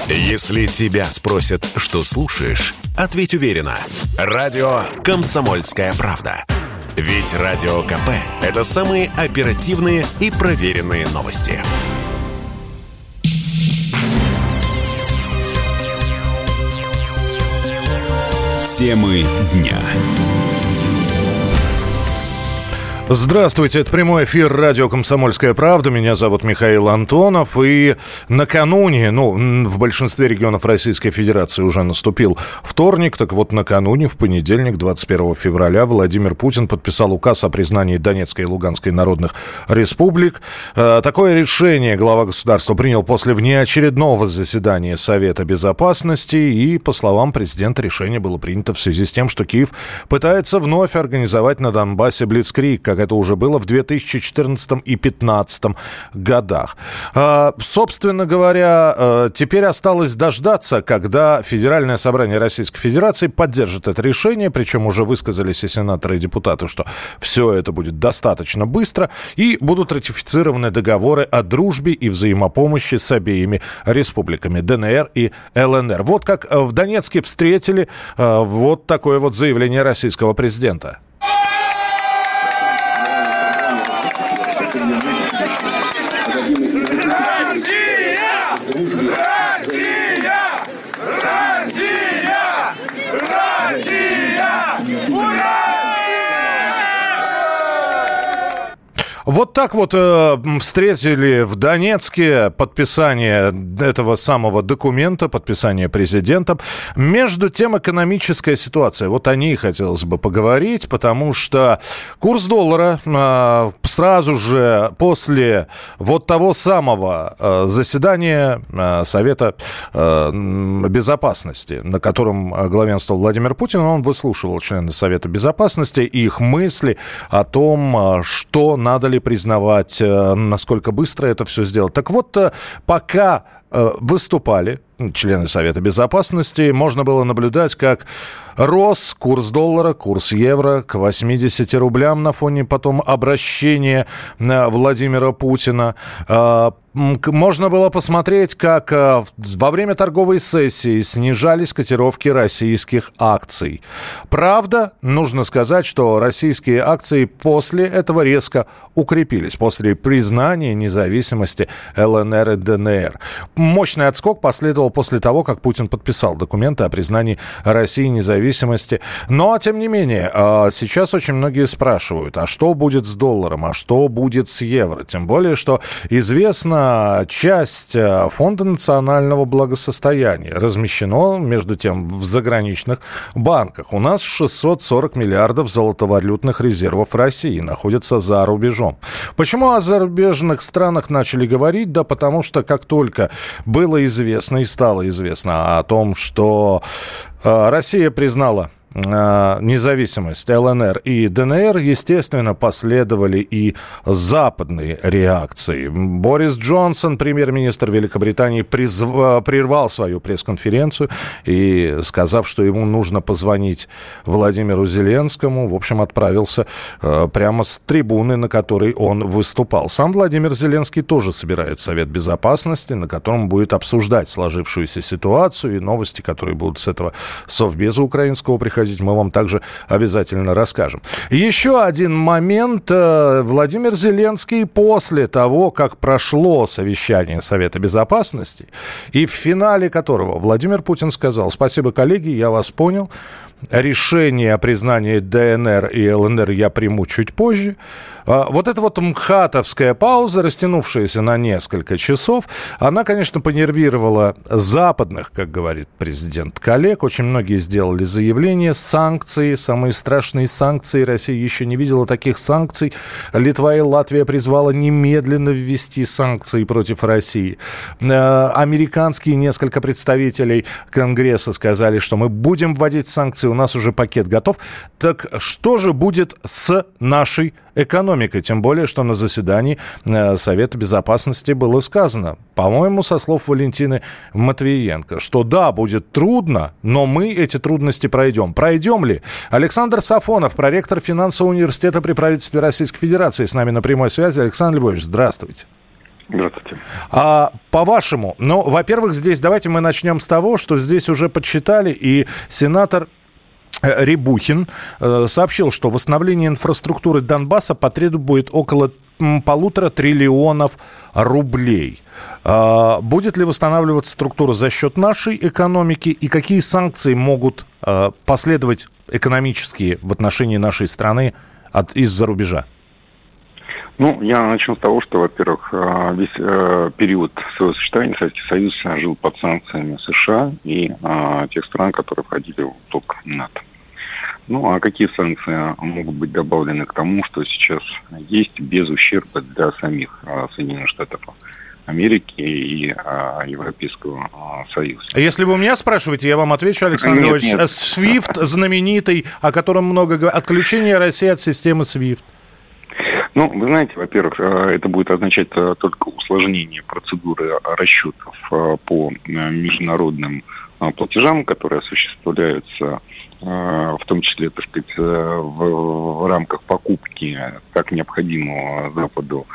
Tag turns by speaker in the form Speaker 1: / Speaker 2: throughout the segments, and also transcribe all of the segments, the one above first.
Speaker 1: Если тебя спросят, что слушаешь, ответь уверенно. Радио «Комсомольская правда». Ведь Радио КП – это самые оперативные и проверенные новости. Темы дня.
Speaker 2: Здравствуйте, это прямой эфир радио «Комсомольская правда». Меня зовут Михаил Антонов. И накануне, в большинстве регионов Российской Федерации уже наступил вторник. Так вот, накануне, в понедельник, 21 февраля, Владимир Путин подписал указ о признании Донецкой и Луганской народных республик. Такое решение глава государства принял после внеочередного заседания Совета Безопасности. И, по словам президента, решение было принято в связи с тем, что Киев пытается вновь организовать на Донбассе блицкриг, как это уже было в 2014 и 2015 годах. Собственно говоря, теперь осталось дождаться, когда Федеральное собрание Российской Федерации поддержит это решение, причем уже высказались и сенаторы, и депутаты, что все это будет достаточно быстро, и будут ратифицированы договоры о дружбе и взаимопомощи с обеими республиками ДНР и ЛНР. Вот как в Донецке встретили вот такое вот заявление российского президента. Вот так вот встретили в Донецке подписание этого самого документа, подписание президентом. Между тем, экономическая ситуация. Вот о ней хотелось бы поговорить, потому что курс доллара сразу же после вот того самого заседания Совета Безопасности, на котором главенствовал Владимир Путин, он выслушивал членов Совета Безопасности и их мысли о том, что надо ли признавать, насколько быстро это все сделать. Так вот, пока выступали члены Совета Безопасности, можно было наблюдать, как рос курс доллара, курс евро к 80 рублям на фоне потом обращения Владимира Путина. Можно было посмотреть, как во время торговой сессии снижались котировки российских акций. Правда, нужно сказать, что российские акции после этого резко укрепились, после признания независимости ЛНР и ДНР. Мощный отскок последовал после того, как Путин подписал документы о признании России независимости. Но, тем не менее, сейчас очень многие спрашивают, а что будет с долларом, а что будет с евро? Тем более, что известно, часть Фонда национального благосостояния размещена, между тем, в заграничных банках. У нас 640 миллиардов золотовалютных резервов России находятся за рубежом. Почему о зарубежных странах начали говорить? Да потому что как только было известно и стало известно о том, что Россия признала независимость ЛНР и ДНР, естественно, последовали и западные реакции. Борис Джонсон, премьер-министр Великобритании, прервал свою пресс-конференцию и, сказав, что ему нужно позвонить Владимиру Зеленскому, в общем, отправился прямо с трибуны, на которой он выступал. Сам Владимир Зеленский тоже собирает Совет Безопасности, на котором будет обсуждать сложившуюся ситуацию и новости, которые будут с этого Совбеза украинского приходить, мы вам также обязательно расскажем. Еще один момент. Владимир Зеленский после того, как прошло совещание Совета Безопасности, и в финале которого Владимир Путин сказал: «Спасибо, коллеги, я вас понял. Решение о признании ДНР и ЛНР я приму чуть позже». Вот эта вот мхатовская пауза, растянувшаяся на несколько часов, она, конечно, понервировала западных, как говорит президент, коллег. Очень многие сделали заявления. Санкции, самые страшные санкции. Россия еще не видела таких санкций. Литва и Латвия призвала немедленно ввести санкции против России. Американские несколько представителей Конгресса сказали, что мы будем вводить санкции, у нас уже пакет готов. Так что же будет с нашей экономикой? Тем более, что на заседании Совета Безопасности было сказано, по-моему, со слов Валентины Матвиенко, что да, будет трудно, но мы эти трудности пройдем. Пройдем ли? Александр Сафонов, проректор финансового университета при правительстве Российской Федерации, с нами на прямой связи. Александр Львович, здравствуйте.
Speaker 3: Здравствуйте.
Speaker 2: По-вашему, во-первых, здесь давайте мы начнем с того, что здесь уже подсчитали, и сенатор Рябухин сообщил, что восстановление инфраструктуры Донбасса потребует около 1,5 триллиона рублей. Будет ли восстанавливаться структура за счет нашей экономики, и какие санкции могут последовать экономические в отношении нашей страны из-за рубежа?
Speaker 3: Я начну с того, что, во-первых, весь период своего существования Советский Союз жил под санкциями США и тех стран, которые входили в блок НАТО. А какие санкции могут быть добавлены к тому, что сейчас есть без ущерба для самих Соединенных Штатов Америки и Европейского Союза?
Speaker 2: Если вы у меня спрашиваете, я вам отвечу, Александр Львович. SWIFT знаменитый, о котором много говорят, отключение России от системы SWIFT.
Speaker 3: Вы знаете, во-первых, это будет означать только усложнение процедуры расчетов по международным платежам, которые осуществляются, в том числе, так сказать, в рамках покупки так необходимого Западу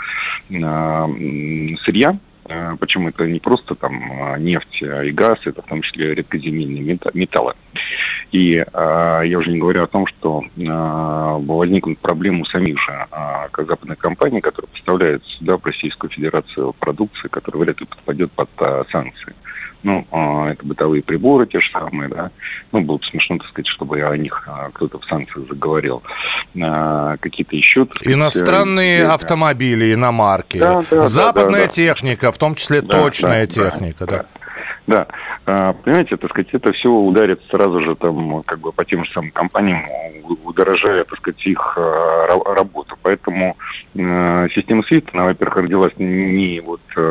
Speaker 3: сырья. Причем это не просто нефть и газ, это в том числе редкоземельные металлы. И я уже не говорю о том, что возникнут проблемы у самих же западных компаний, которые поставляют сюда, в Российскую Федерацию, продукцию, которая вряд ли подпадет под санкции. Это бытовые приборы те же самые, да. Было бы смешно, так сказать, чтобы о них кто-то в санкциях заговорил. Какие-то еще...
Speaker 2: Иностранные автомобили, иномарки. Западная техника, в том числе точная техника.
Speaker 3: Да. Понимаете, так сказать, это все ударит сразу же по тем же самым компаниям, удорожая, так сказать, их работу. Поэтому система SWIFT, она, во-первых, родилась не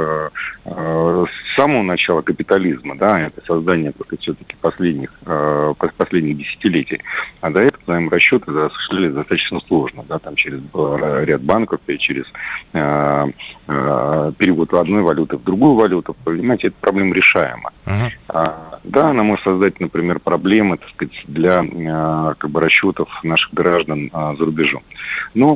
Speaker 3: с самого начала капитализма, да, это создание, так сказать, все-таки последних десятилетий. А до этого взаиморасчеты осуществлялись достаточно сложно, да, через ряд банков и через перевод одной валюты в другую валюту. Понимаете, эта проблема решаема. Да, она может создать, например, проблемы, так сказать, для расчетов наших граждан за рубежом. Но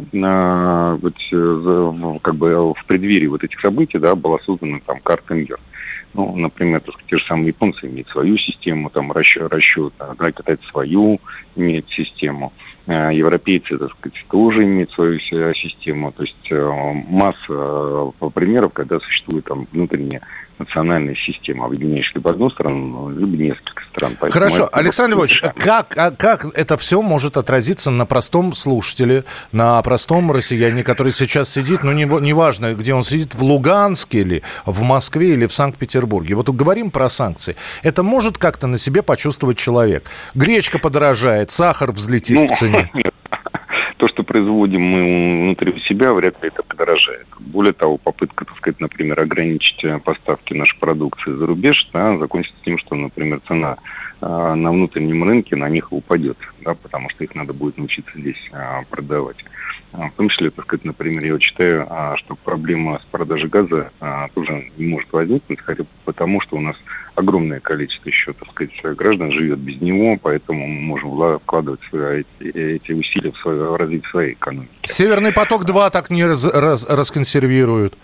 Speaker 3: в преддверии этих событий, да, была создана карта мира. Например, так сказать, те же самые японцы имеют свою систему расчета, да, китайцы свою имеют систему. Европейцы, так сказать, тоже имеют свою систему. То есть масса примеров, когда существует внутренняя национальная система, объединяющая либо одну страну, либо несколько стран. Поэтому
Speaker 2: хорошо, Александр Львович, как это все может отразиться на простом слушателе, на простом россиянине, который сейчас сидит, неважно, где он сидит, в Луганске или в Москве или в Санкт-Петербурге. Говорим про санкции. Это может как-то на себе почувствовать человек? Гречка подорожает, сахар взлетит в цене.
Speaker 3: То, что производим мы внутри себя, вряд ли это подорожает. Более того, попытка, так сказать, например, ограничить поставки нашей продукции за рубеж, да, закончится тем, что, например, цена на внутреннем рынке на них упадет, да, потому что их надо будет научиться здесь продавать. В том числе, так сказать, например, я считаю, что проблема с продажей газа тоже не может возникнуть, хотя бы потому, что у нас огромное количество еще, так сказать, граждан живет без него, поэтому мы можем вкладывать эти усилия в развитие своей экономики. Северный поток-2 так не расконсервируют.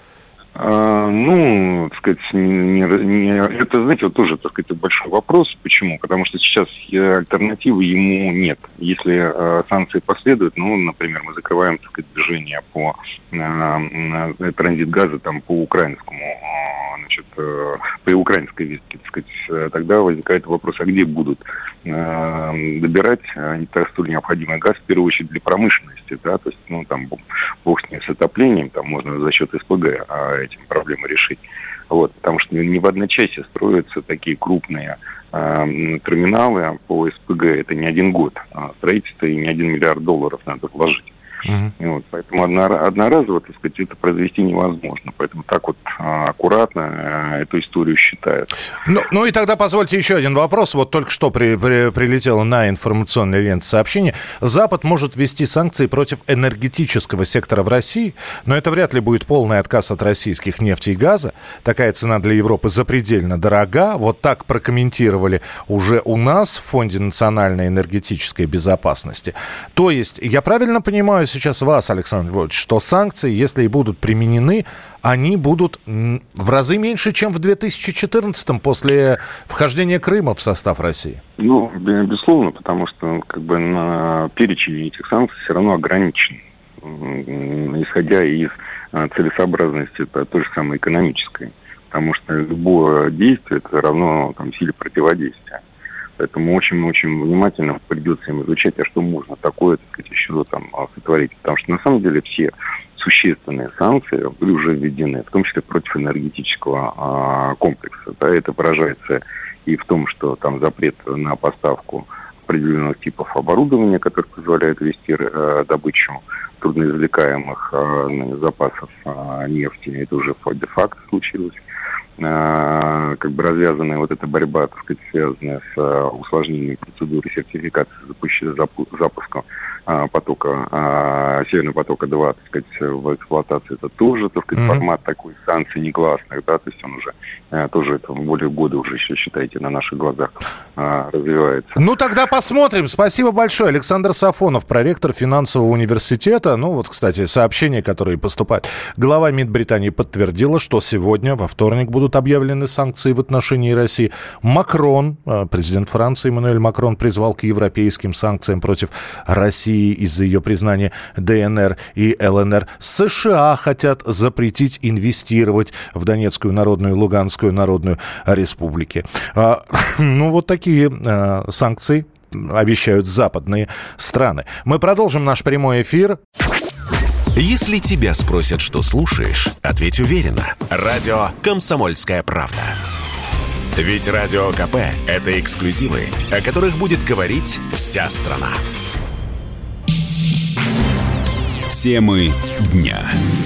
Speaker 3: Так сказать, это, знаете, тоже, так сказать, большой вопрос. Почему? Потому что сейчас альтернативы ему нет. Если санкции последуют, например, мы закрываем, так сказать, движение по транзит газа по украинскому, по украинской визке, так сказать, тогда возникает вопрос, а где будут добирать столь необходимый газ, в первую очередь для промышленности, да, то есть, бог с ним, с отоплением, можно за счет СПГ этим проблемы решить. Потому что не в одночасье строятся такие крупные терминалы по СПГ, это не один год строительства и не $1 миллиард надо вложить. Поэтому одноразово, так сказать, это произвести невозможно. Поэтому так аккуратно эту историю считают.
Speaker 2: И тогда позвольте еще один вопрос. Только что прилетело на информационной ленте сообщение. Запад может ввести санкции против энергетического сектора в России, но это вряд ли будет полный отказ от российских нефти и газа. Такая цена для Европы запредельно дорога. Так прокомментировали уже у нас в Фонде национальной энергетической безопасности. То есть, я правильно понимаю, сейчас вас, Александр Львович, что санкции, если и будут применены, они будут в разы меньше, чем в 2014-м, после вхождения Крыма в состав России.
Speaker 3: Ну, безусловно, потому что перечень этих санкций все равно ограничен, исходя из целесообразности той же самой экономической. Потому что любое действие – это равно силе противодействия. Поэтому очень-очень внимательно придется им изучать, а что можно такое, еще сотворить. Потому что на самом деле все существенные санкции были уже введены, в том числе против энергетического комплекса. Да, это выражается и в том, что запрет на поставку определенных типов оборудования, которые позволяют вести добычу трудноизвлекаемых запасов нефти. Это уже де-факто случилось. Развязанная эта борьба, связанная с усложнением процедуры сертификации запуска Северного потока-2, в эксплуатации, это тоже, формат такой санкций негласных, да, то есть он уже тоже это более года уже, считайте, на наших глазах развивается.
Speaker 2: Ну, тогда посмотрим. Спасибо большое. Александр Сафонов, проректор финансового университета. Кстати, сообщения, которые поступают. Глава МИД Британии подтвердила, что сегодня, во вторник, будут объявлены санкции в отношении России. Макрон, президент Франции Эммануэль Макрон, призвал к европейским санкциям против России из-за ее признания ДНР и ЛНР. США хотят запретить инвестировать в Донецкую Народную и Луганскую Народную Республики. Вот такие санкции обещают западные страны. Мы продолжим наш прямой эфир.
Speaker 1: Если тебя спросят, что слушаешь, ответь уверенно. Радио «Комсомольская правда». Ведь Радио КП – это эксклюзивы, о которых будет говорить вся страна. Темы дня.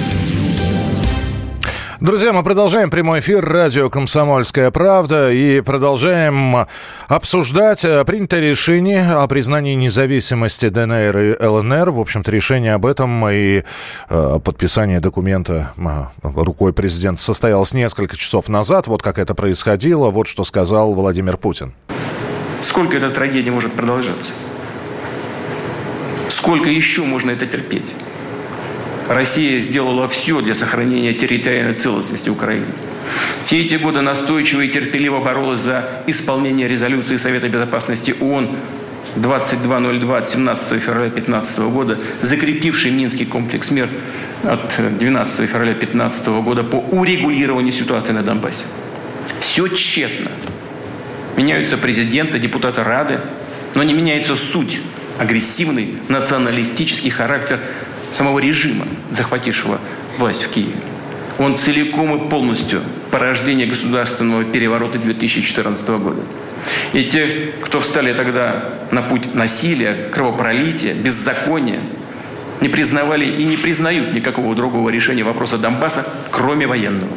Speaker 2: Друзья, мы продолжаем прямой эфир радио «Комсомольская правда» и продолжаем обсуждать принятое решение о признании независимости ДНР и ЛНР. В общем-то, решение об этом и подписание документа рукой президента состоялось несколько часов назад. Вот как это происходило, вот что сказал Владимир Путин.
Speaker 4: Сколько эта трагедия может продолжаться? Сколько еще можно это терпеть? Россия сделала все для сохранения территориальной целостности Украины. Все эти годы настойчиво и терпеливо боролась за исполнение резолюции Совета Безопасности ООН 2202 от 17 февраля 2015 года, закрепивший Минский комплекс мер от 12 февраля 2015 года по урегулированию ситуации на Донбассе. Все тщетно. Меняются президенты, депутаты Рады, но не меняется суть, агрессивный националистический характер самого режима, захватившего власть в Киеве. Он целиком и полностью порождение государственного переворота 2014 года. И те, кто встали тогда на путь насилия, кровопролития, беззакония, не признавали и не признают никакого другого решения вопроса Донбасса, кроме военного.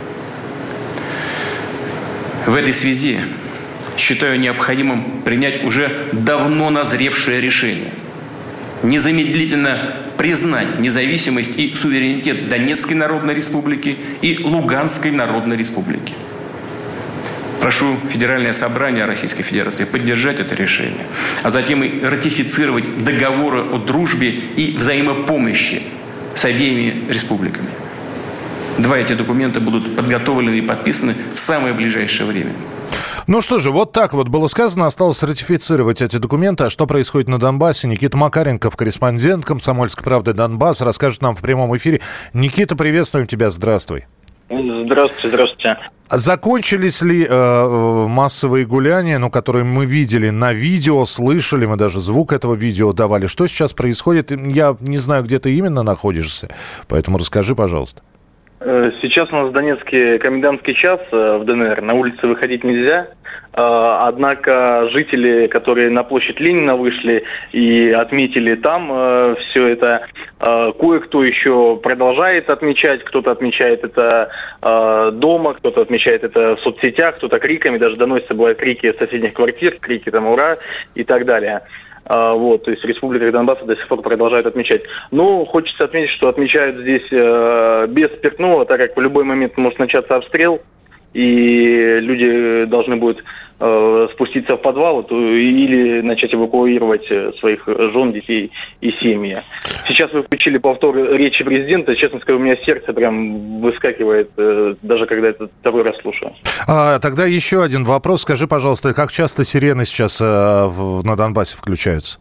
Speaker 4: В этой связи считаю необходимым принять уже давно назревшее решение. Незамедлительно признать независимость и суверенитет Донецкой Народной Республики и Луганской Народной Республики. Прошу Федеральное собрание Российской Федерации поддержать это решение, а затем и ратифицировать договоры о дружбе и взаимопомощи с обеими республиками. Два эти документа будут подготовлены и подписаны в самое ближайшее время.
Speaker 2: Ну что же, вот так вот было сказано. Осталось ратифицировать эти документы. А что происходит на Донбассе? Никита Макаренков, корреспондент «Комсомольской правды» Донбасс, расскажет нам в прямом эфире. Никита, приветствуем тебя. Здравствуй.
Speaker 5: Здравствуйте.
Speaker 2: Закончились ли массовые гуляния, которые мы видели на видео, слышали, мы даже звук этого видео давали? Что сейчас происходит? Я не знаю, где ты именно находишься, поэтому расскажи, пожалуйста.
Speaker 5: Сейчас у нас в Донецке комендантский час в ДНР, на улице выходить нельзя, однако жители, которые на площадь Ленина вышли и отметили там все это, кое-кто еще продолжает отмечать, кто-то отмечает это дома, кто-то отмечает это в соцсетях, кто-то криками, даже доносятся бывают крики соседних квартир, крики «Ура!» и так далее. То есть в республиках Донбасса до сих пор продолжают отмечать. Но хочется отметить, что отмечают здесь без спиртного, так как в любой момент может начаться обстрел. и люди должны будут спуститься в подвал или начать эвакуировать своих жен, детей и семьи. Сейчас вы включили повтор речи президента. Честно скажу, у меня сердце прям выскакивает, даже когда это второй раз слушаю.
Speaker 2: Тогда еще один вопрос. Скажи, пожалуйста, как часто сирены сейчас на Донбассе включаются?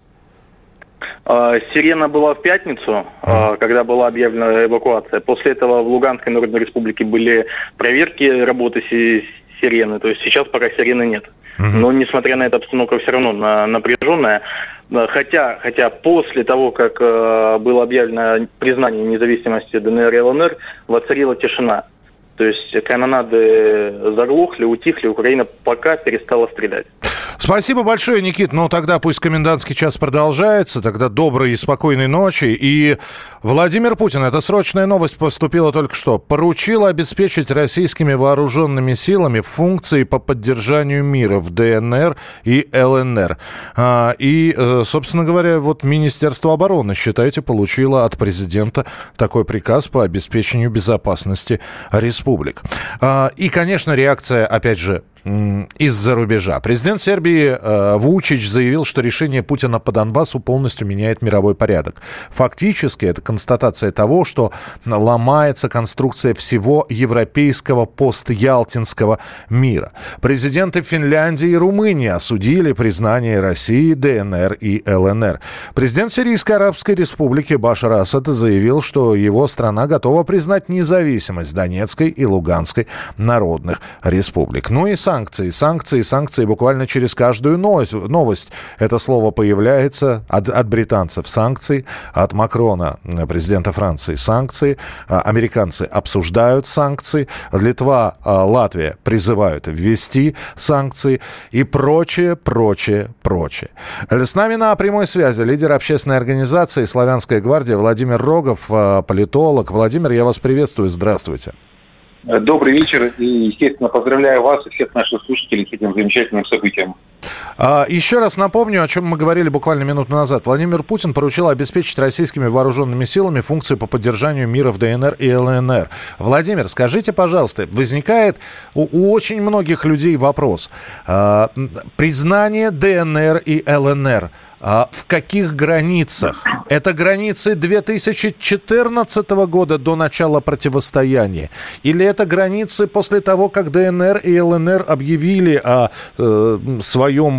Speaker 5: Сирена была в пятницу, когда была объявлена эвакуация. После этого в Луганской Народной Республике были проверки работы сирены. То есть сейчас пока сирены нет. Но, несмотря на это, обстановка все равно напряженная. Хотя после того, как было объявлено признание независимости ДНР и ЛНР, воцарила тишина. То есть канонады заглохли, утихли, Украина пока перестала стрелять.
Speaker 2: Спасибо большое, Никит. Ну, тогда пусть комендантский час продолжается. Тогда доброй и спокойной ночи. И Владимир Путин, эта срочная новость поступила только что, поручил обеспечить российскими вооруженными силами функции по поддержанию мира в ДНР и ЛНР. И, собственно говоря, вот Министерство обороны, считайте, получило от президента такой приказ по обеспечению безопасности республик. И, конечно, реакция, опять же, из-за рубежа. Президент Сербии Вучич заявил, что решение Путина по Донбассу полностью меняет мировой порядок. Фактически это констатация того, что ломается конструкция всего европейского постялтинского мира. Президенты Финляндии и Румынии осудили признание России, ДНР и ЛНР. Президент Сирийской Арабской Республики Башар Асад заявил, что его страна готова признать независимость Донецкой и Луганской народных республик. Ну и санкции. Буквально через каждую новость это слово появляется от британцев. Санкции. От Макрона, президента Франции, санкции. Американцы обсуждают санкции. Литва, Латвия призывают ввести санкции. И прочее. С нами на прямой связи лидер общественной организации «Славянская гвардия» Владимир Рогов, политолог. Владимир, я вас приветствую. Здравствуйте.
Speaker 6: Добрый вечер и, естественно, поздравляю вас и всех наших слушателей с этим замечательным событием.
Speaker 2: Еще раз напомню, о чем мы говорили буквально минуту назад. Владимир Путин поручил обеспечить российскими вооруженными силами функции по поддержанию мира в ДНР и ЛНР. Владимир, скажите, пожалуйста, возникает у очень многих людей вопрос. Признание ДНР и ЛНР в каких границах? Это границы 2014 года до начала противостояния? Или это границы после того, как ДНР и ЛНР объявили о своем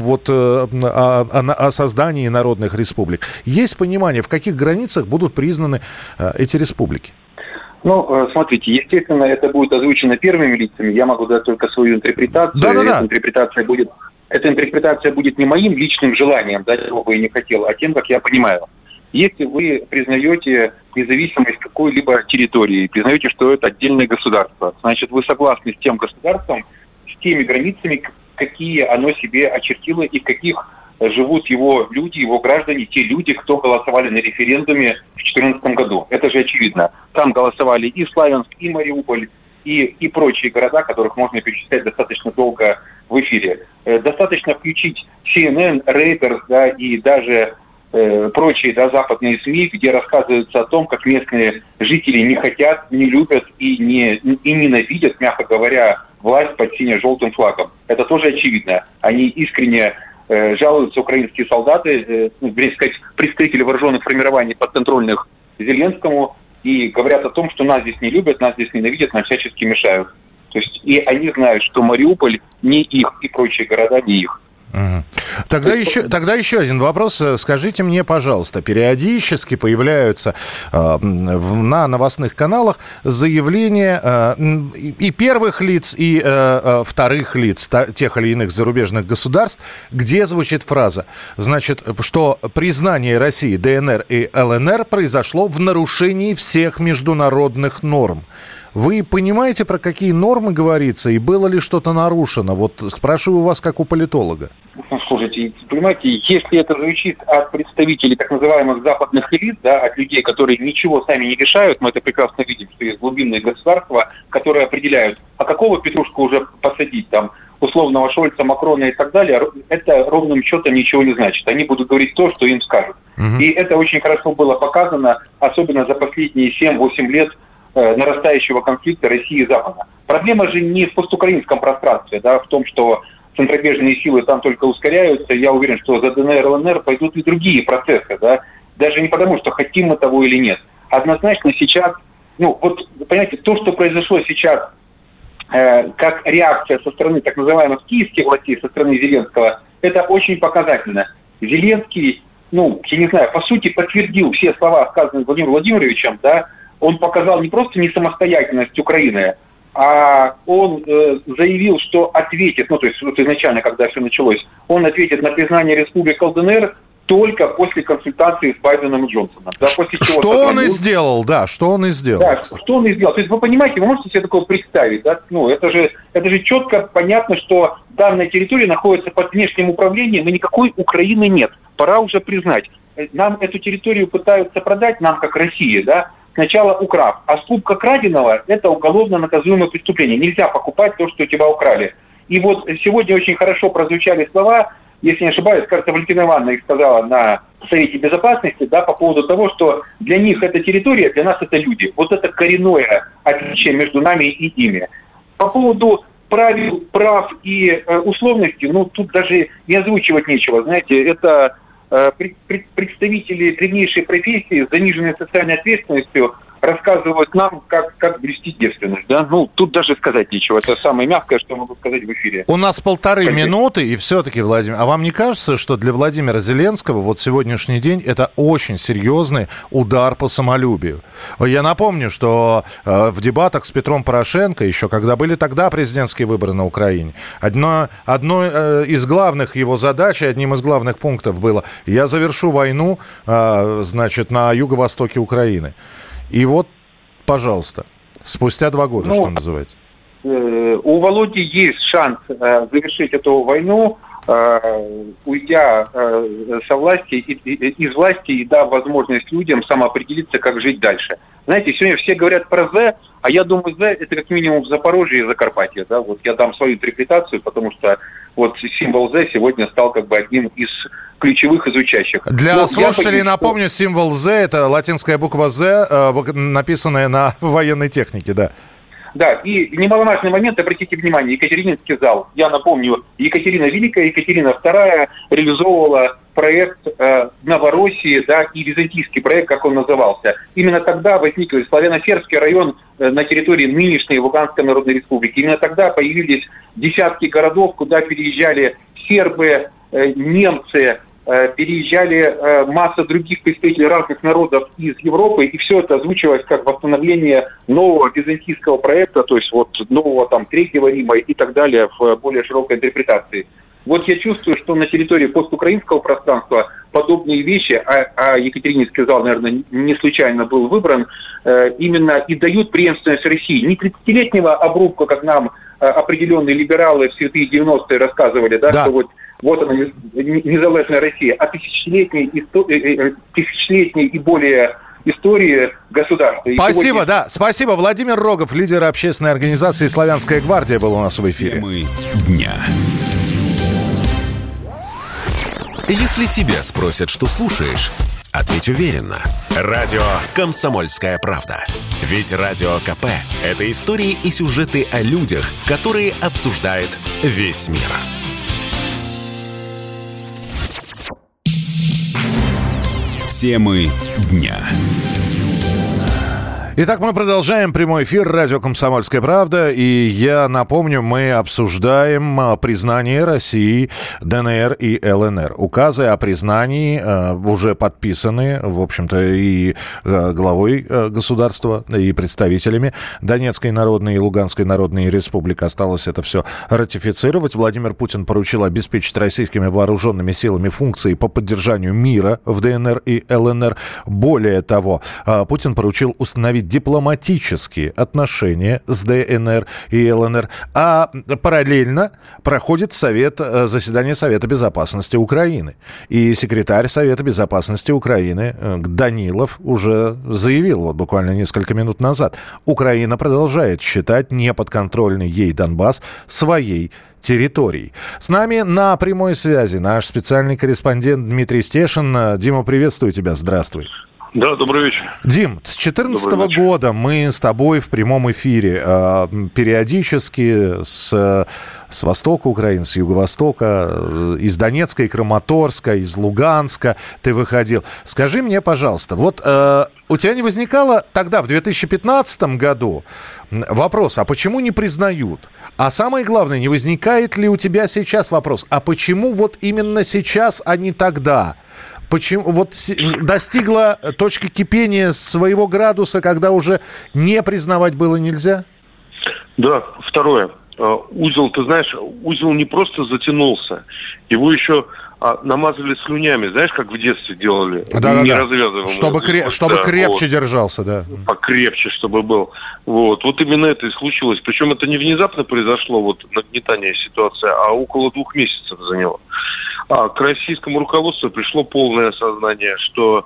Speaker 2: о создании народных республик? Есть понимание, в каких границах будут признаны эти республики?
Speaker 6: Ну, смотрите, естественно, это будет озвучено первыми лицами. Я могу дать только свою интерпретацию.
Speaker 2: Да.
Speaker 6: Эта интерпретация будет не моим личным желанием, да, чего бы я не хотел, а тем, как я понимаю. Если вы признаете независимость какой-либо территории, признаете, что это отдельное государство, значит, вы согласны с тем государством, с теми границами, какие оно себе очертило и в каких живут его люди, его граждане, те люди, кто голосовали на референдуме в 2014 году. Это же очевидно. Там голосовали и Славянск, и Мариуполь, и прочие города, которых можно перечислять достаточно долго в эфире. Достаточно включить CNN, Reuters, да, и даже прочие, да, западные СМИ, где рассказывается о том, как местные жители не хотят, не любят и ненавидят, мягко говоря, власть под сине-желтым флагом. Это тоже очевидно. Они искренне жалуются, украинские солдаты, представители вооруженных формирований подконтрольных Зеленскому, и говорят о том, что нас здесь не любят, нас здесь ненавидят, нам всячески мешают. То есть и они знают, что Мариуполь не их, и прочие города не их.
Speaker 2: Тогда еще один вопрос. Скажите мне, пожалуйста, периодически появляются на новостных каналах заявления и первых лиц, и вторых лиц тех или иных зарубежных государств, где звучит фраза, значит, что признание России, ДНР и ЛНР произошло в нарушении всех международных норм. Вы понимаете, про какие нормы говорится, и было ли что-то нарушено? Вот спрашиваю вас как у политолога.
Speaker 6: Ну, слушайте, понимаете, если это звучит от представителей так называемых западных элит, да, от людей, которые ничего сами не решают, мы это прекрасно видим, что есть глубинные государства, которые определяют, а какого петрушку уже посадить, там, условного Шольца, Макрона и так далее, это ровным счетом ничего не значит. Они будут говорить то, что им скажут. И это очень хорошо было показано, особенно за последние 7-8 лет нарастающего конфликта России и Запада. Проблема же не в постукраинском пространстве, да, в том, что центробежные силы там только ускоряются. Я уверен, что за ДНР, ЛНР пойдут и другие процессы, да, даже не потому, что хотим мы того или нет. Однозначно сейчас, понимаете, то, что произошло сейчас, как реакция со стороны так называемых киевских властей, со стороны Зеленского, это очень показательно. Зеленский, я не знаю, по сути подтвердил все слова, сказанные Владимиром Владимировичем, да, он показал не просто несамостоятельность Украины, а он заявил, что ответит, то есть изначально, когда все началось, он ответит на признание республик ЛДНР только после консультации с Байденом и Джонсоном. Да, после чего
Speaker 2: что он и сделал, да, что он и сделал.
Speaker 6: Да, что он и сделал. То есть вы понимаете, вы можете себе такое представить, да? Это же четко понятно, что данная территория находится под внешним управлением, и никакой Украины нет. Пора уже признать. Нам эту территорию пытаются продать, нам как России, да, сначала украв. А скупка краденого – это уголовно наказуемое преступление. Нельзя покупать то, что у тебя украли. И вот сегодня очень хорошо прозвучали слова, если не ошибаюсь, кажется, Валентина Ивановна их сказала на Совете Безопасности, да, по поводу того, что для них это территория, для нас это люди. Вот это коренное отличие между нами и ими. По поводу правил, прав и условностей, тут даже и озвучивать нечего. Знаете, это представители древнейшей профессии с заниженной социальной ответственностью рассказывают нам, как блюсти девственность. Да? Тут даже сказать нечего. Это самое мягкое, что могу сказать в эфире.
Speaker 2: У нас 1,5 минуты, и все-таки, Владимир, а вам не кажется, что для Владимира Зеленского вот сегодняшний день это очень серьезный удар по самолюбию? Я напомню, что в дебатах с Петром Порошенко, еще когда были тогда президентские выборы на Украине, одной из главных его задач, одним из главных пунктов было: я завершу войну, на юго-востоке Украины. И вот, пожалуйста, спустя 2 года, что называется.
Speaker 6: У Володи есть шанс завершить эту войну, уйдя со власти, из власти и дав возможность людям самоопределиться, как жить дальше. Знаете, сегодня все говорят про З, а я думаю, З это как минимум Запорожье и Закарпатье. Да? Вот я дам свою интерпретацию, потому что вот символ З сегодня стал как бы одним из ключевых изучающих.
Speaker 2: Для слушателей напомню, символ З — это латинская буква З, написанная на военной технике, да.
Speaker 6: Да, и немаловажный момент, обратите внимание, Екатерининский зал. Я напомню, Екатерина Великая, Екатерина II реализовывала проект Новороссии, да, и византийский проект, как он назывался. Именно тогда возник Славяно-Сербский район на территории нынешней Луганской Народной Республики. Именно тогда появились десятки городов, куда переезжали сербы, немцы, переезжали масса других представителей разных народов из Европы, и все это озвучивалось как восстановление нового византийского проекта, то есть вот нового Третьего Рима и так далее в более широкой интерпретации. Вот я чувствую, что на территории постукраинского пространства подобные вещи, а Екатерининский зал, наверное, не случайно был выбран, именно и дают преемственность России. Не 30-летнего обрубка, как нам определенные либералы в святые 90-е рассказывали, да. Что вот она, незалежная Россия, а тысячелетней и более истории государства.
Speaker 2: Спасибо, спасибо. Владимир Рогов, лидер общественной организации «Славянская гвардия», был у нас в эфире.
Speaker 1: Темы дня. Если тебя спросят, что слушаешь, ответь уверенно. Радио «Комсомольская правда». Ведь Радио КП – это истории и сюжеты о людях, которые обсуждает весь мир. Темы дня.
Speaker 2: Итак, мы продолжаем прямой эфир радио «Комсомольская правда». И я напомню, мы обсуждаем признание России ДНР и ЛНР. Указы о признании уже подписаны, в общем-то, и главой государства, и представителями Донецкой Народной и Луганской Народной Республик. Осталось это все ратифицировать. Владимир Путин поручил обеспечить российскими вооруженными силами функции по поддержанию мира в ДНР и ЛНР. Более того, Путин поручил установить дипломатические отношения с ДНР и ЛНР, а параллельно проходит заседание Совета Безопасности Украины. И секретарь Совета Безопасности Украины Данилов уже заявил буквально несколько минут назад: Украина продолжает считать неподконтрольный ей Донбасс своей территорией. С нами на прямой связи наш специальный корреспондент Дмитрий Стешин. Дима, приветствую тебя, здравствуй.
Speaker 7: Да, добрый вечер.
Speaker 2: Дим, с 2014 года мы с тобой в прямом эфире периодически с востока Украины, с юго-востока, из Донецка и Краматорска, из Луганска ты выходил. Скажи мне, пожалуйста, вот у тебя не возникало тогда, в 2015 году, вопрос, а почему не признают? А самое главное, не возникает ли у тебя сейчас вопрос, а почему вот именно сейчас, а не тогда? Почему вот достигла точки кипения своего градуса, когда уже не признавать было нельзя?
Speaker 7: Да, второе. Узел, ты знаешь, узел не просто затянулся, его еще намазали слюнями, знаешь, как в детстве делали?
Speaker 2: Да.
Speaker 7: Неразвязываемый.
Speaker 2: Чтобы крепче держался, да.
Speaker 7: Покрепче, чтобы был. Вот именно это и случилось. Причем это не внезапно произошло, вот нагнетание ситуации, а около 2 месяцев заняло. К российскому руководству пришло полное осознание, что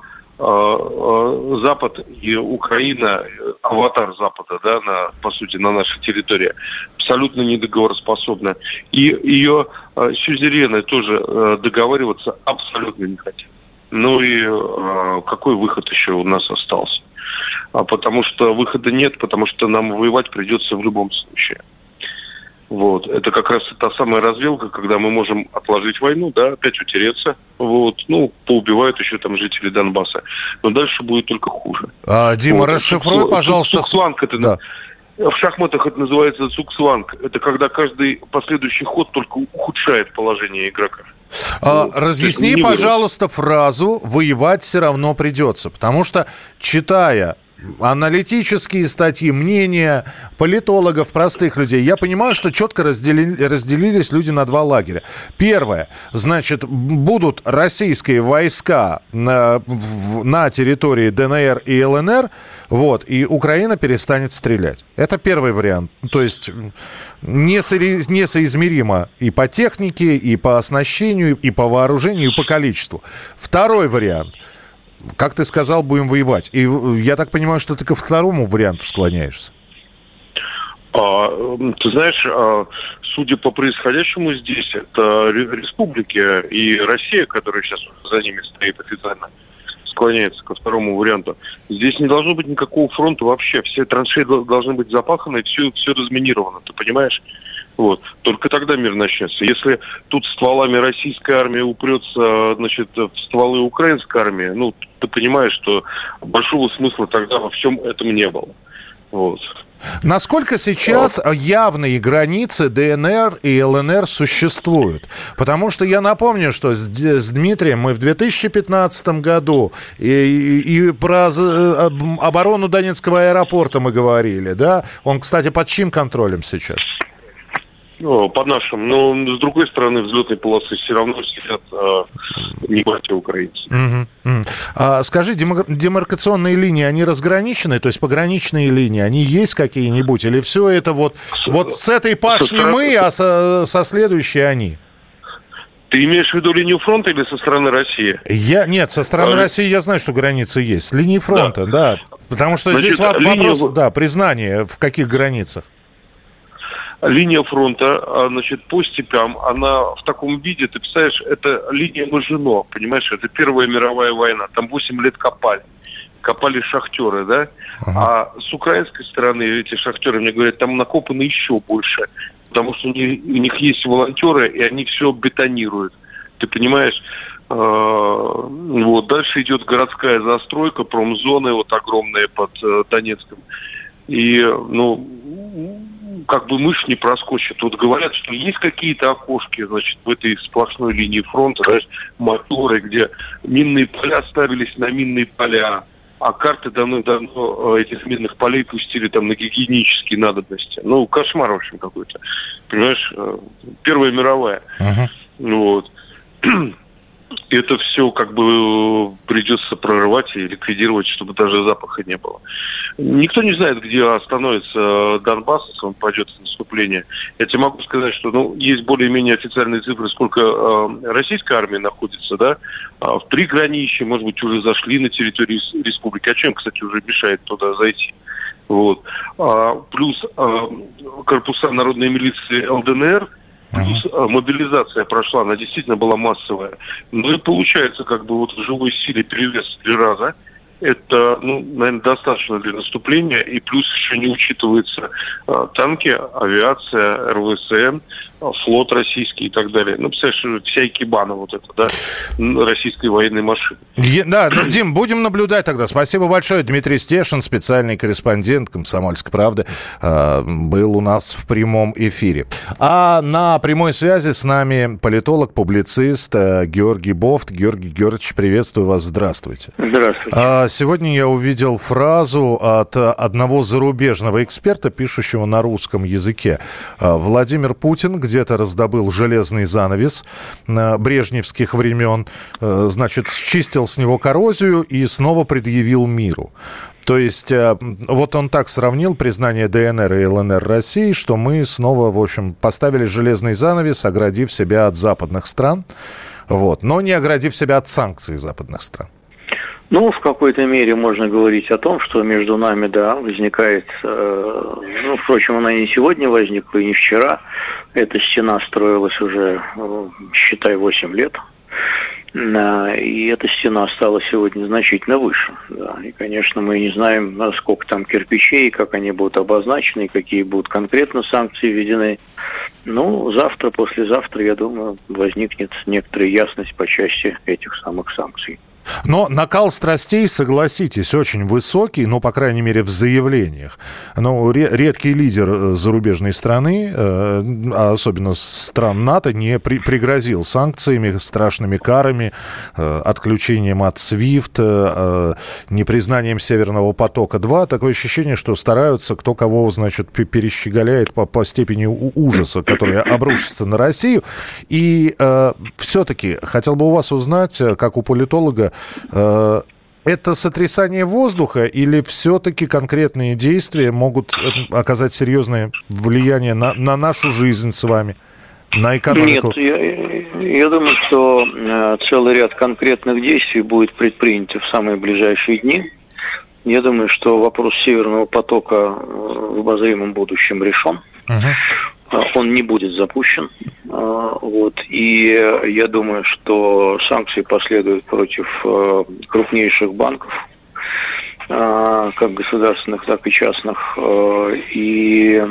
Speaker 7: Запад и Украина, аватар Запада, да, по сути, на нашей территории, абсолютно недоговороспособна. И ее сюзерены тоже договариваться абсолютно не хотят. Ну и какой выход еще у нас остался? Потому что выхода нет, потому что нам воевать придется в любом случае. Вот. Это как раз та самая развилка, когда мы можем отложить войну, да, опять утереться, поубивают еще там жители Донбасса. Но дальше будет только хуже.
Speaker 2: Дима, расшифруй, пожалуйста.
Speaker 7: Цукцванг это... Да. В шахматах это называется цукцванг. Это когда каждый последующий ход только ухудшает положение игрока.
Speaker 2: Разъясни, пожалуйста, фразу «воевать все равно придется». Потому что, читая аналитические статьи, мнения политологов, простых людей, я понимаю, что четко разделились люди на 2 лагеря. Первое, значит, будут российские войска на территории ДНР и ЛНР, и Украина перестанет стрелять. Это первый вариант. То есть несоизмеримо и по технике, и по оснащению, и по вооружению, и по количеству. Второй вариант. Как ты сказал, будем воевать. И я так понимаю, что ты ко второму варианту склоняешься.
Speaker 7: Ты знаешь, судя по происходящему здесь, это республики и Россия, которая сейчас за ними стоит официально, склоняется ко второму варианту. Здесь не должно быть никакого фронта вообще. Все траншеи должны быть запаханы, все разминировано, ты понимаешь? Только тогда мир начнется. Если тут стволами российская армия упрется, в стволы украинской армии, ты понимаешь, что большого смысла тогда во всем этом не было.
Speaker 2: Насколько сейчас явные границы ДНР и ЛНР существуют? Потому что я напомню, что с Дмитрием мы в 2015 году и про оборону Донецкого аэропорта мы говорили, да? Он, кстати, под чьим контролем сейчас?
Speaker 7: Под нашим. Но, с другой стороны, взлетной полосы все равно сидят не братья украинцы.
Speaker 2: Скажи, демаркационные линии, они разграничены? То есть пограничные линии, они есть какие-нибудь? Или все это вот с этой пашни мы, а со следующей они?
Speaker 7: Ты имеешь в виду линию фронта или со стороны России?
Speaker 2: Нет, со стороны России я знаю, что границы есть. С линии фронта, да. Потому что здесь вопрос, признание, в каких границах?
Speaker 7: Линия фронта, по степям, она в таком виде, ты представляешь, это линия Мажино, понимаешь, это Первая мировая война, там 8 лет копали шахтеры, да, а с украинской стороны эти шахтеры, мне говорят, там накопано еще больше, потому что у них есть волонтеры, и они все бетонируют, ты понимаешь, дальше идет городская застройка, промзоны огромные под Донецком, и, мышь не проскочит. Говорят, что есть какие-то окошки, в этой сплошной линии фронта, моторы, где минные поля ставились на минные поля, а карты давно этих минных полей пустили на гигиенические надобности. Кошмар, в общем, какой-то. Понимаешь, Первая мировая. Это все придется прорывать и ликвидировать, чтобы даже запаха не было. Никто не знает, где остановится Донбасс, если он пойдет в наступление. Я тебе могу сказать, что есть более-менее официальные цифры, сколько российская армия находится, да, в приграничье, может быть, уже зашли на территорию республики. А чем, кстати, уже мешает туда зайти? Плюс корпуса народной милиции ЛДНР, плюс мобилизация прошла, она действительно была массовая. И получается, в живой силе перевес в 3 раза. это, наверное, достаточно для наступления, и плюс еще не учитываются танки, авиация, РВСН, флот российский и так далее. Представляешь, вся экибана вот эта, да, российской военной машины.
Speaker 2: Да, Дим, будем наблюдать тогда. Спасибо большое. Дмитрий Стешин, специальный корреспондент «Комсомольской правды», был у нас в прямом эфире. А на прямой связи с нами политолог, публицист Георгий Бофт. Георгий Георгиевич, приветствую вас. Здравствуйте.
Speaker 5: Здравствуйте.
Speaker 2: Сегодня я увидел фразу от одного зарубежного эксперта, пишущего на русском языке. Владимир Путин где-то раздобыл железный занавес брежневских времен, значит, счистил с него коррозию и снова предъявил миру. То есть вот он так сравнил признание ДНР и ЛНР России, что мы снова, в общем, поставили железный занавес, оградив себя от западных стран, но не оградив себя от санкций западных стран.
Speaker 8: В какой-то мере можно говорить о том, что между нами, возникает, впрочем, она не сегодня возникла и не вчера. Эта стена строилась уже, считай, 8 лет. И эта стена стала сегодня значительно выше. Да. И, конечно, мы не знаем, сколько там кирпичей, как они будут обозначены, какие будут конкретно санкции введены. Завтра, послезавтра, я думаю, возникнет некоторая ясность по части этих самых санкций.
Speaker 2: Но накал страстей, согласитесь, очень высокий, по крайней мере, в заявлениях. Редкий лидер зарубежной страны, а особенно стран НАТО, не пригрозил санкциями, страшными карами, отключением от SWIFT, непризнанием Северного потока-2. Такое ощущение, что стараются, кто кого, перещеголяет по степени ужаса, который обрушится на Россию. И все-таки хотел бы у вас узнать, как у политолога, это сотрясание воздуха или все-таки конкретные действия могут оказать серьезное влияние на нашу жизнь с вами, на экономику?
Speaker 8: Нет, я думаю, что целый ряд конкретных действий будет предпринято в самые ближайшие дни. Я думаю, что вопрос Северного потока в обозримом будущем решен. Он не будет запущен. И я думаю, что санкции последуют против крупнейших банков, как государственных, так и частных, и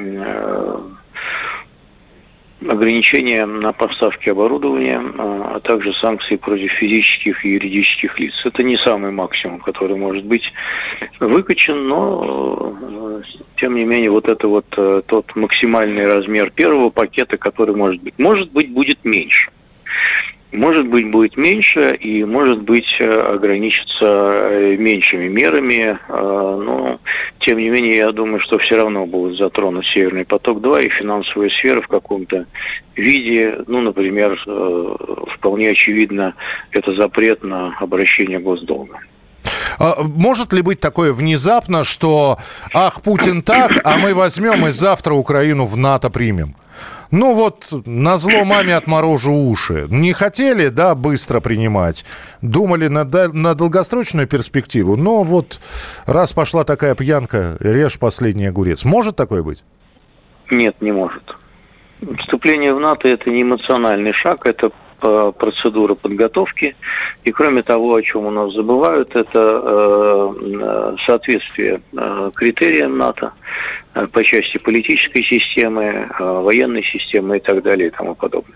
Speaker 8: ограничения на поставки оборудования, а также санкции против физических и юридических лиц. Это не самый максимум, который может быть выкачан, но тем не менее тот максимальный размер первого пакета, который может быть будет меньше. Может быть, будет меньше и, может быть, ограничится меньшими мерами. Но, тем не менее, я думаю, что все равно будут затронут Северный поток-2 и финансовая сфера в каком-то виде. Например, вполне очевидно, это запрет на обращение госдолга.
Speaker 2: Может ли быть такое внезапно, что Путин так, а мы возьмем и завтра Украину в НАТО примем? Назло маме отморожу уши. Не хотели, быстро принимать. Думали на долгосрочную перспективу. Но раз пошла такая пьянка, режь последний огурец. Может такое быть?
Speaker 8: Нет, не может. Вступление в НАТО – это не эмоциональный шаг, это процедура подготовки. И кроме того, о чем у нас забывают, это соответствие критериям НАТО по части политической системы, военной системы и так далее и тому подобное.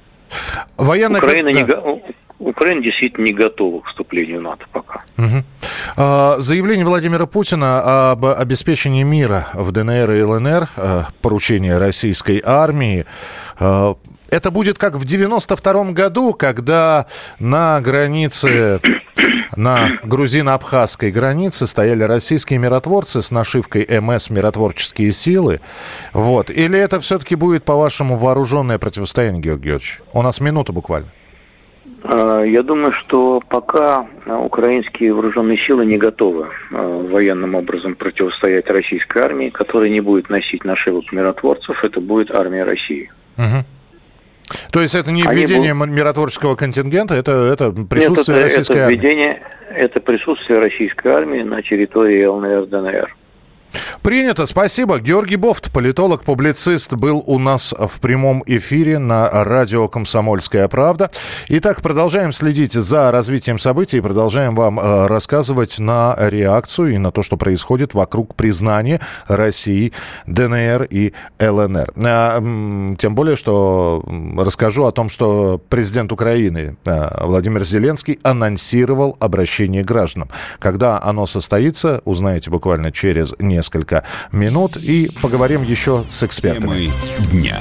Speaker 8: Украина действительно не готова к вступлению в НАТО пока.
Speaker 2: Заявление Владимира Путина об обеспечении мира в ДНР и ЛНР, поручение российской армии, это будет как в 92-м году, когда на границе, на грузино-абхазской границе стояли российские миротворцы с нашивкой МС «Миротворческие силы». Или это все-таки будет, по-вашему, вооруженное противостояние, Георгий Георгиевич? У нас минута буквально.
Speaker 8: Я думаю, что пока украинские вооруженные силы не готовы военным образом противостоять российской армии, которая не будет носить нашивок миротворцев, это будет армия России.
Speaker 2: То есть это не введение миротворческого контингента, это присутствие российской армии?
Speaker 8: Это присутствие российской армии на территории ЛНР, ДНР.
Speaker 2: Принято, спасибо. Георгий Бофт, политолог-публицист, был у нас в прямом эфире на радио «Комсомольская правда». Итак, продолжаем следить за развитием событий и продолжаем вам рассказывать на реакцию и на то, что происходит вокруг признания России ДНР и ЛНР. Тем более, что расскажу о том, что президент Украины Владимир Зеленский анонсировал обращение к гражданам. Когда оно состоится, узнаете буквально через несколько минут. И поговорим еще с экспертами.
Speaker 1: Темы дня.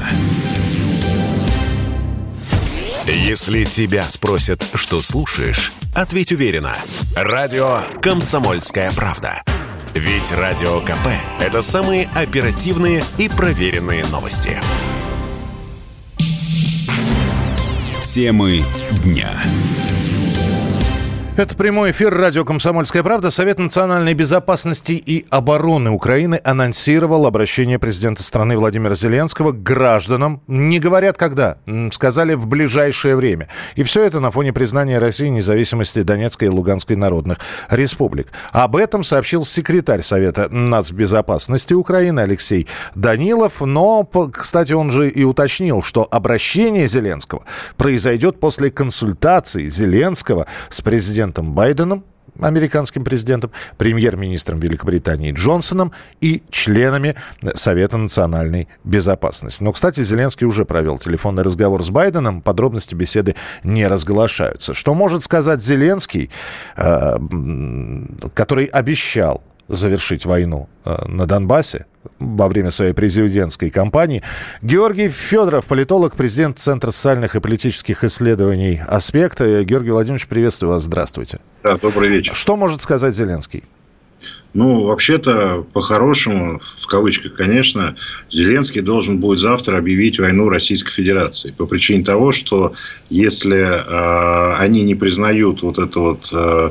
Speaker 1: Если тебя спросят, что слушаешь, ответь уверенно. Радио «Комсомольская правда». Ведь Радио КП – это самые оперативные и проверенные новости. Темы дня.
Speaker 2: Это прямой эфир радио «Комсомольская правда». Совет национальной безопасности и обороны Украины анонсировал обращение президента страны Владимира Зеленского к гражданам. Не говорят когда, сказали в ближайшее время. И все это на фоне признания России независимости Донецкой и Луганской народных республик. Об этом сообщил секретарь Совета нацбезопасности Украины Алексей Данилов. Но, кстати, он же и уточнил, что обращение Зеленского произойдет после консультации Зеленского с президентом Байденом, американским президентом, премьер-министром Великобритании Джонсоном и членами Совета национальной безопасности. Но, кстати, Зеленский уже провел телефонный разговор с Байденом, подробности беседы не разглашаются. Что может сказать Зеленский, который обещал завершить войну на Донбассе во время своей президентской кампании? Георгий Федоров, политолог, президент Центра социальных и политических исследований «Аспект». Георгий Владимирович, приветствую вас. Здравствуйте.
Speaker 9: Да, добрый вечер.
Speaker 2: Что может сказать Зеленский?
Speaker 9: Ну, вообще-то, по-хорошему, в кавычках, конечно, Зеленский должен будет завтра объявить войну Российской Федерации. По причине того, что если они не признают вот это вот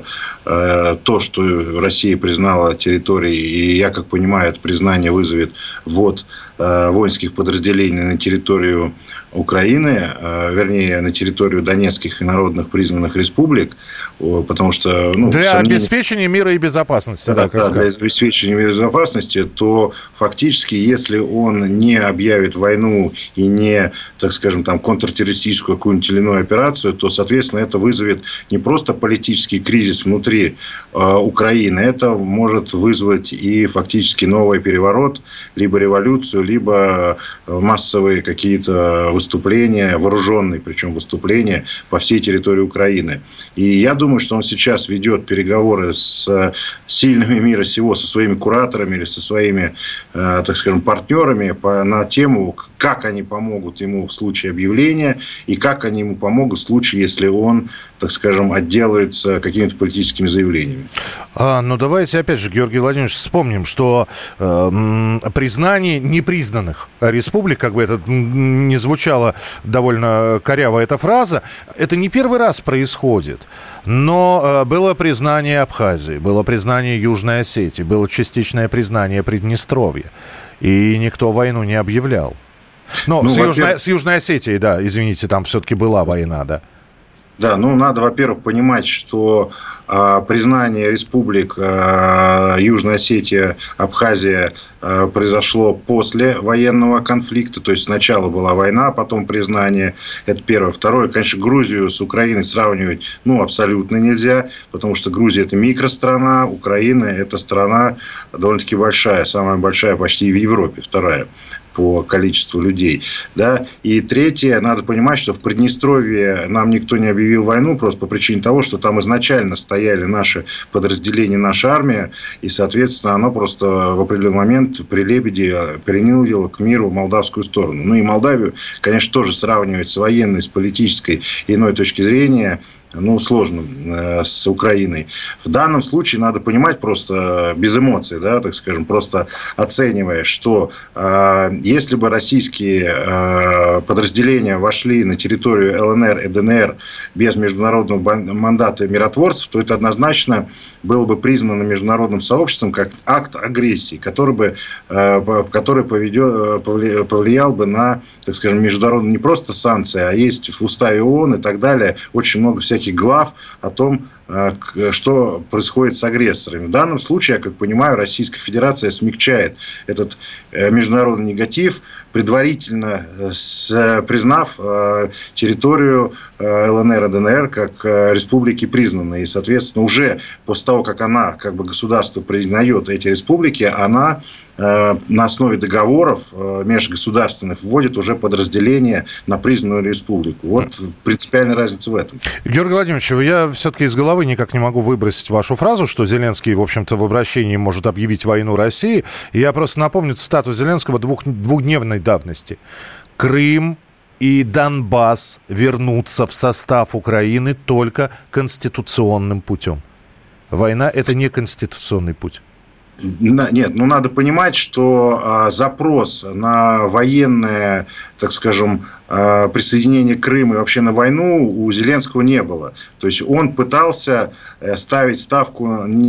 Speaker 9: то, что Россия признала территории, и, я как понимаю, это признание вызовет ввод воинских подразделений на территорию Украины, вернее, на территорию Донецких и народных признанных республик, потому что...
Speaker 2: для обеспечения мира и безопасности.
Speaker 9: Да, для обеспечения мира и безопасности, то фактически, если он не объявит войну и не, так скажем, там, контртеррористическую какую-нибудь или иную операцию, то, соответственно, это вызовет не просто политический кризис внутри Украины, это может вызвать и фактически новый переворот, либо революцию, либо массовые какие-то выступления, вооруженные, причем выступления по всей территории Украины. И я думаю, что он сейчас ведет переговоры с сильными мира сего, со своими кураторами или со своими, так скажем, партнерами на тему, как они помогут ему в случае объявления и как они ему помогут в случае, если он, так скажем, отделается какими-то политическими заявлениями.
Speaker 2: Ну, давайте, опять же, Георгий Владимирович, вспомним, что признание непризнанных республик, как бы это ни звучало довольно коряво эта фраза, это не первый раз происходит. Но было признание Абхазии, было признание Южной Осетии, было частичное признание Приднестровья. И никто войну не объявлял. Но с Южной Осетией, да, извините, там все-таки была война, да.
Speaker 9: Да, надо, во-первых, понимать, что признание республик Южная Осетия, Абхазия произошло после военного конфликта. То есть сначала была война, а потом признание. Это первое. Второе, конечно, Грузию с Украиной сравнивать абсолютно нельзя, потому что Грузия – это микространа, Украина – это страна довольно-таки большая, самая большая почти в Европе, вторая по количеству людей. Да? И третье, надо понимать, что в Приднестровье нам никто не объявил войну просто по причине того, что там изначально стояли наши подразделения, наша армия, и, соответственно, оно просто в определенный момент при Лебеде принудило к миру молдавскую сторону. И Молдавию, конечно, тоже сравнивать с военной, с политической и иной точки зрения сложно с Украиной. В данном случае надо понимать просто без эмоций, да, так скажем, просто оценивая, что если бы российские подразделения вошли на территорию ЛНР и ДНР без международного мандата миротворцев, то это однозначно было бы признано международным сообществом как акт агрессии, который повлиял бы на, так скажем, международные не просто санкции, а есть в уставе ООН и так далее очень много всяких глав о том, что происходит с агрессорами. В данном случае, я как понимаю, Российская Федерация смягчает этот международный негатив, предварительно признав территорию ЛНР и ДНР как республики признанные. И, соответственно, уже после того, как она, как бы государство, признает эти республики, она на основе договоров межгосударственных вводит уже подразделение на признанную республику. Вот принципиальная разница в этом.
Speaker 2: Георгий Владимирович, я все-таки из головы никак не могу выбросить вашу фразу, что Зеленский, в общем-то, в обращении может объявить войну России. И я просто напомню цитату Зеленского двухдневной давности. «Крым и Донбасс вернутся в состав Украины только конституционным путем». Война – это не конституционный путь.
Speaker 9: Нет, надо понимать, что запрос на военное, так скажем, присоединение Крыма и вообще на войну у Зеленского не было. То есть он пытался ставить ставку,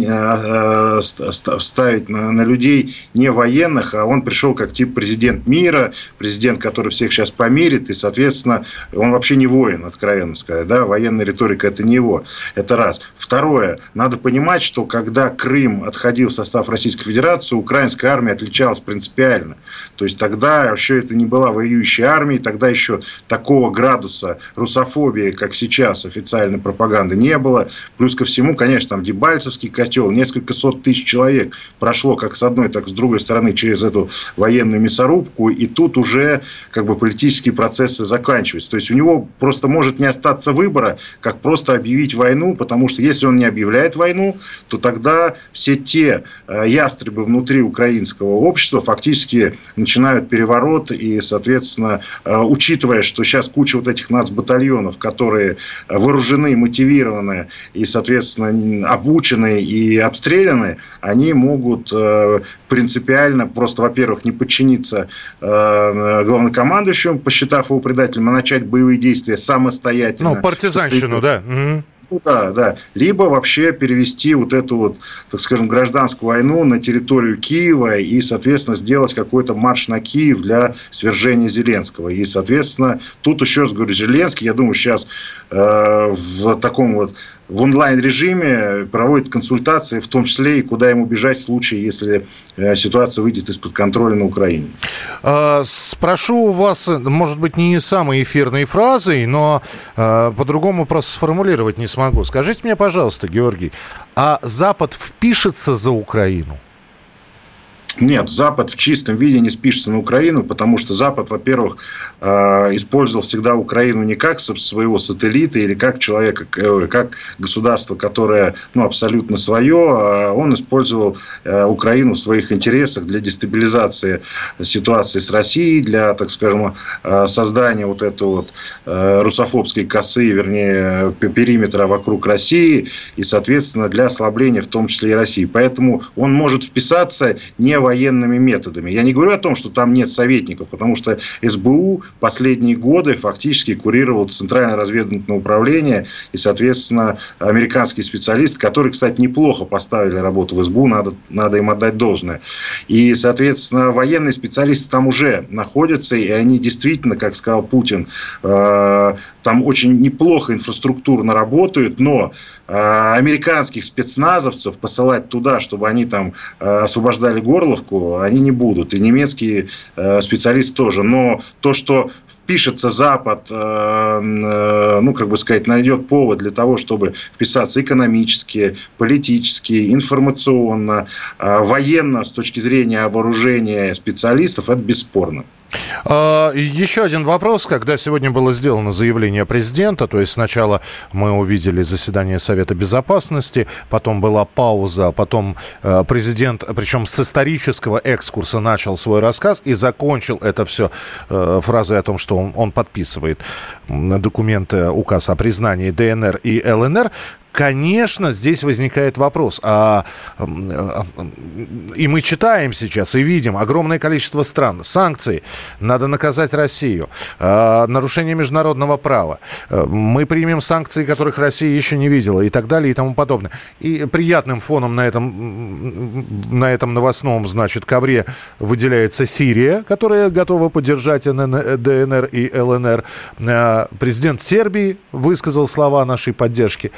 Speaker 9: ставить на людей не военных, а он пришел как тип президент мира, президент, который всех сейчас помирит, и, соответственно, он вообще не воин, откровенно сказать. Да? Военная риторика – это не его. Это раз. Второе. Надо понимать, что когда Крым отходил в состав Российской Федерации, украинская армия отличалась принципиально. То есть тогда вообще это не была воюющая армия, тогда еще такого градуса русофобии, как сейчас, официальной пропаганды не было. Плюс ко всему, конечно, там Дебальцевский котел, несколько сот тысяч человек прошло как с одной, так и с другой стороны через эту военную мясорубку, и тут уже как бы политические процессы заканчиваются. То есть у него просто может не остаться выбора, как просто объявить войну, потому что если он не объявляет войну, то тогда все те ястребы внутри украинского общества фактически начинают переворот, и, соответственно, учитывая, что сейчас куча вот этих нацбатальонов, которые вооружены, мотивированы и, соответственно, обучены и обстреляны, они могут принципиально просто, во-первых, не подчиниться главнокомандующему, посчитав его предателем, а начать боевые действия самостоятельно.
Speaker 2: Партизанщину, да.
Speaker 9: Да. Либо вообще перевести вот эту вот, так скажем, гражданскую войну на территорию Киева и, соответственно, сделать какой-то марш на Киев для свержения Зеленского. И, соответственно, тут еще раз говорю, Зеленский, я думаю, сейчас в таком вот в онлайн-режиме проводит консультации, в том числе и куда ему бежать в случае, если ситуация выйдет из-под контроля на Украине.
Speaker 2: Спрошу у вас, может быть, не самой эфирной фразой, но по-другому просто сформулировать не смогу. Скажите мне, пожалуйста, Георгий, а Запад впишется за Украину?
Speaker 9: Нет, Запад в чистом виде не спишется на Украину, потому что Запад, во-первых, использовал всегда Украину не как своего сателлита или как человека, как государство, которое абсолютно свое. Он использовал Украину в своих интересах для дестабилизации ситуации с Россией, для, так скажем, создания вот этой вот русофобской косы, вернее, периметра вокруг России и, соответственно, для ослабления в том числе и России. Поэтому он может вписаться не военными методами. Я не говорю о том, что там нет советников, потому что СБУ последние годы фактически курировал Центральное разведывательное управление и, соответственно, американские специалисты, которые, кстати, неплохо поставили работу в СБУ, надо им отдать должное. И, соответственно, военные специалисты там уже находятся, и они действительно, как сказал Путин, там очень неплохо инфраструктурно работают, но американских спецназовцев посылать туда, чтобы они там освобождали Горловку, они не будут. И немецкие специалисты тоже. Но то, что впишется Запад, найдет повод для того, чтобы вписаться экономически, политически, информационно, военно, с точки зрения вооружения специалистов, это бесспорно.
Speaker 2: Еще один вопрос. Когда сегодня было сделано заявление президента, то есть сначала мы увидели заседание Совета Безопасности, потом была пауза, потом президент, причем с исторического экскурса, начал свой рассказ и закончил это все фразой о том, что он подписывает документы, указ о признании ДНР и ЛНР. Конечно, здесь возникает вопрос. И мы читаем сейчас и видим огромное количество стран. Санкции. Надо наказать Россию. Нарушение международного права. Мы примем санкции, которых Россия еще не видела. И так далее, и тому подобное. И приятным фоном на этом новостном, ковре выделяется Сирия, которая готова поддержать ДНР и ЛНР. Президент Сербии высказал слова нашей поддержки.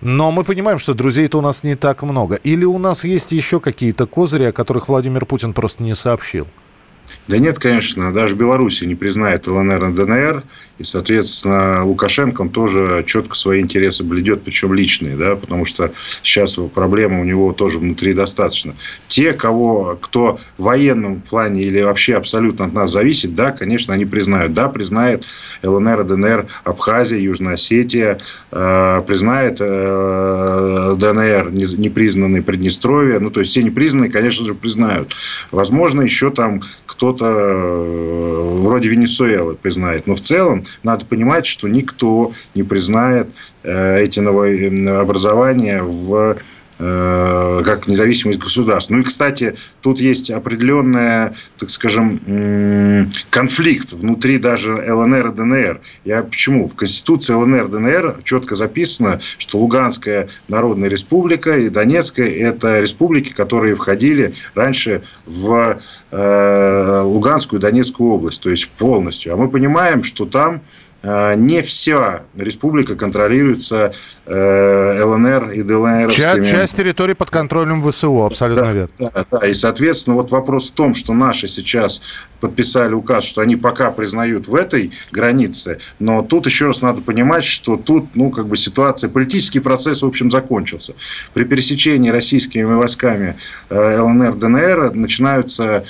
Speaker 2: Но мы понимаем, что друзей-то у нас не так много. Или у нас есть еще какие-то козыри, о которых Владимир Путин просто не сообщил?
Speaker 9: Да нет, конечно, даже Белоруссия не признает ЛНР и ДНР, и, соответственно, Лукашенко, он тоже четко свои интересы блюдет, причем личные, да, потому что сейчас проблемы у него тоже внутри достаточно. Те, кто в военном плане или вообще абсолютно от нас зависит, да, конечно, они признают. Да, признает ЛНР, ДНР, Абхазия, Южная Осетия, признает ДНР, непризнанные Приднестровье, ну, то есть все непризнанные, конечно же, признают. Возможно, еще там кто-то вроде Венесуэлы признает. Но в целом надо понимать, что никто не признает эти новообразования как независимость государств. Ну и, кстати, тут есть определенный, так скажем, конфликт внутри даже ЛНР и ДНР. Почему? В Конституции ЛНР и ДНР четко записано, что Луганская Народная Республика и Донецкая – это республики, которые входили раньше в Луганскую и Донецкую область, то есть полностью. А мы понимаем, что там не вся республика контролируется ЛНР и ДЛНРовскими.
Speaker 2: Часть территории под контролем ВСУ, абсолютно верно.
Speaker 9: Да. И, соответственно, вот вопрос в том, что наши сейчас подписали указ, что они пока признают в этой границе, но тут еще раз надо понимать, что тут, ситуация, политический процесс, в общем, закончился. При пересечении российскими войсками ЛНР, ДНР начинаются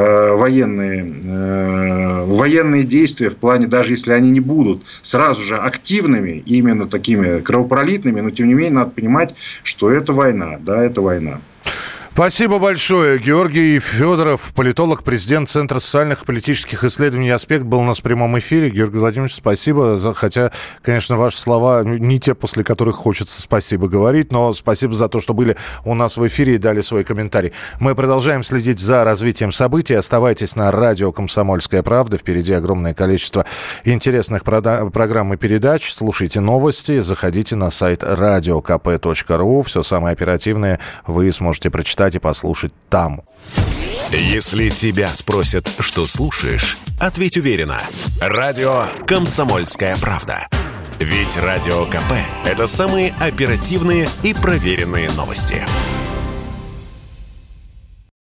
Speaker 9: военные действия в плане, даже если они не будут сразу же активными, именно такими кровопролитными, но тем не менее надо понимать, что это война, да, это война.
Speaker 2: Спасибо большое. Георгий Федоров, политолог, президент Центра социальных и политических исследований «Аспект», был у нас в прямом эфире. Георгий Владимирович, спасибо. Хотя, конечно, ваши слова не те, после которых хочется спасибо говорить, но спасибо за то, что были у нас в эфире и дали свой комментарий. Мы продолжаем следить за развитием событий. Оставайтесь на радио «Комсомольская правда». Впереди огромное количество интересных программ и передач. Слушайте новости, заходите на сайт radiokp.ru. Все самое оперативное вы сможете прочитать и послушать там.
Speaker 1: Если тебя спросят, что слушаешь, ответь уверенно. Радио «Комсомольская правда». Ведь Радио КП – это самые оперативные и проверенные новости.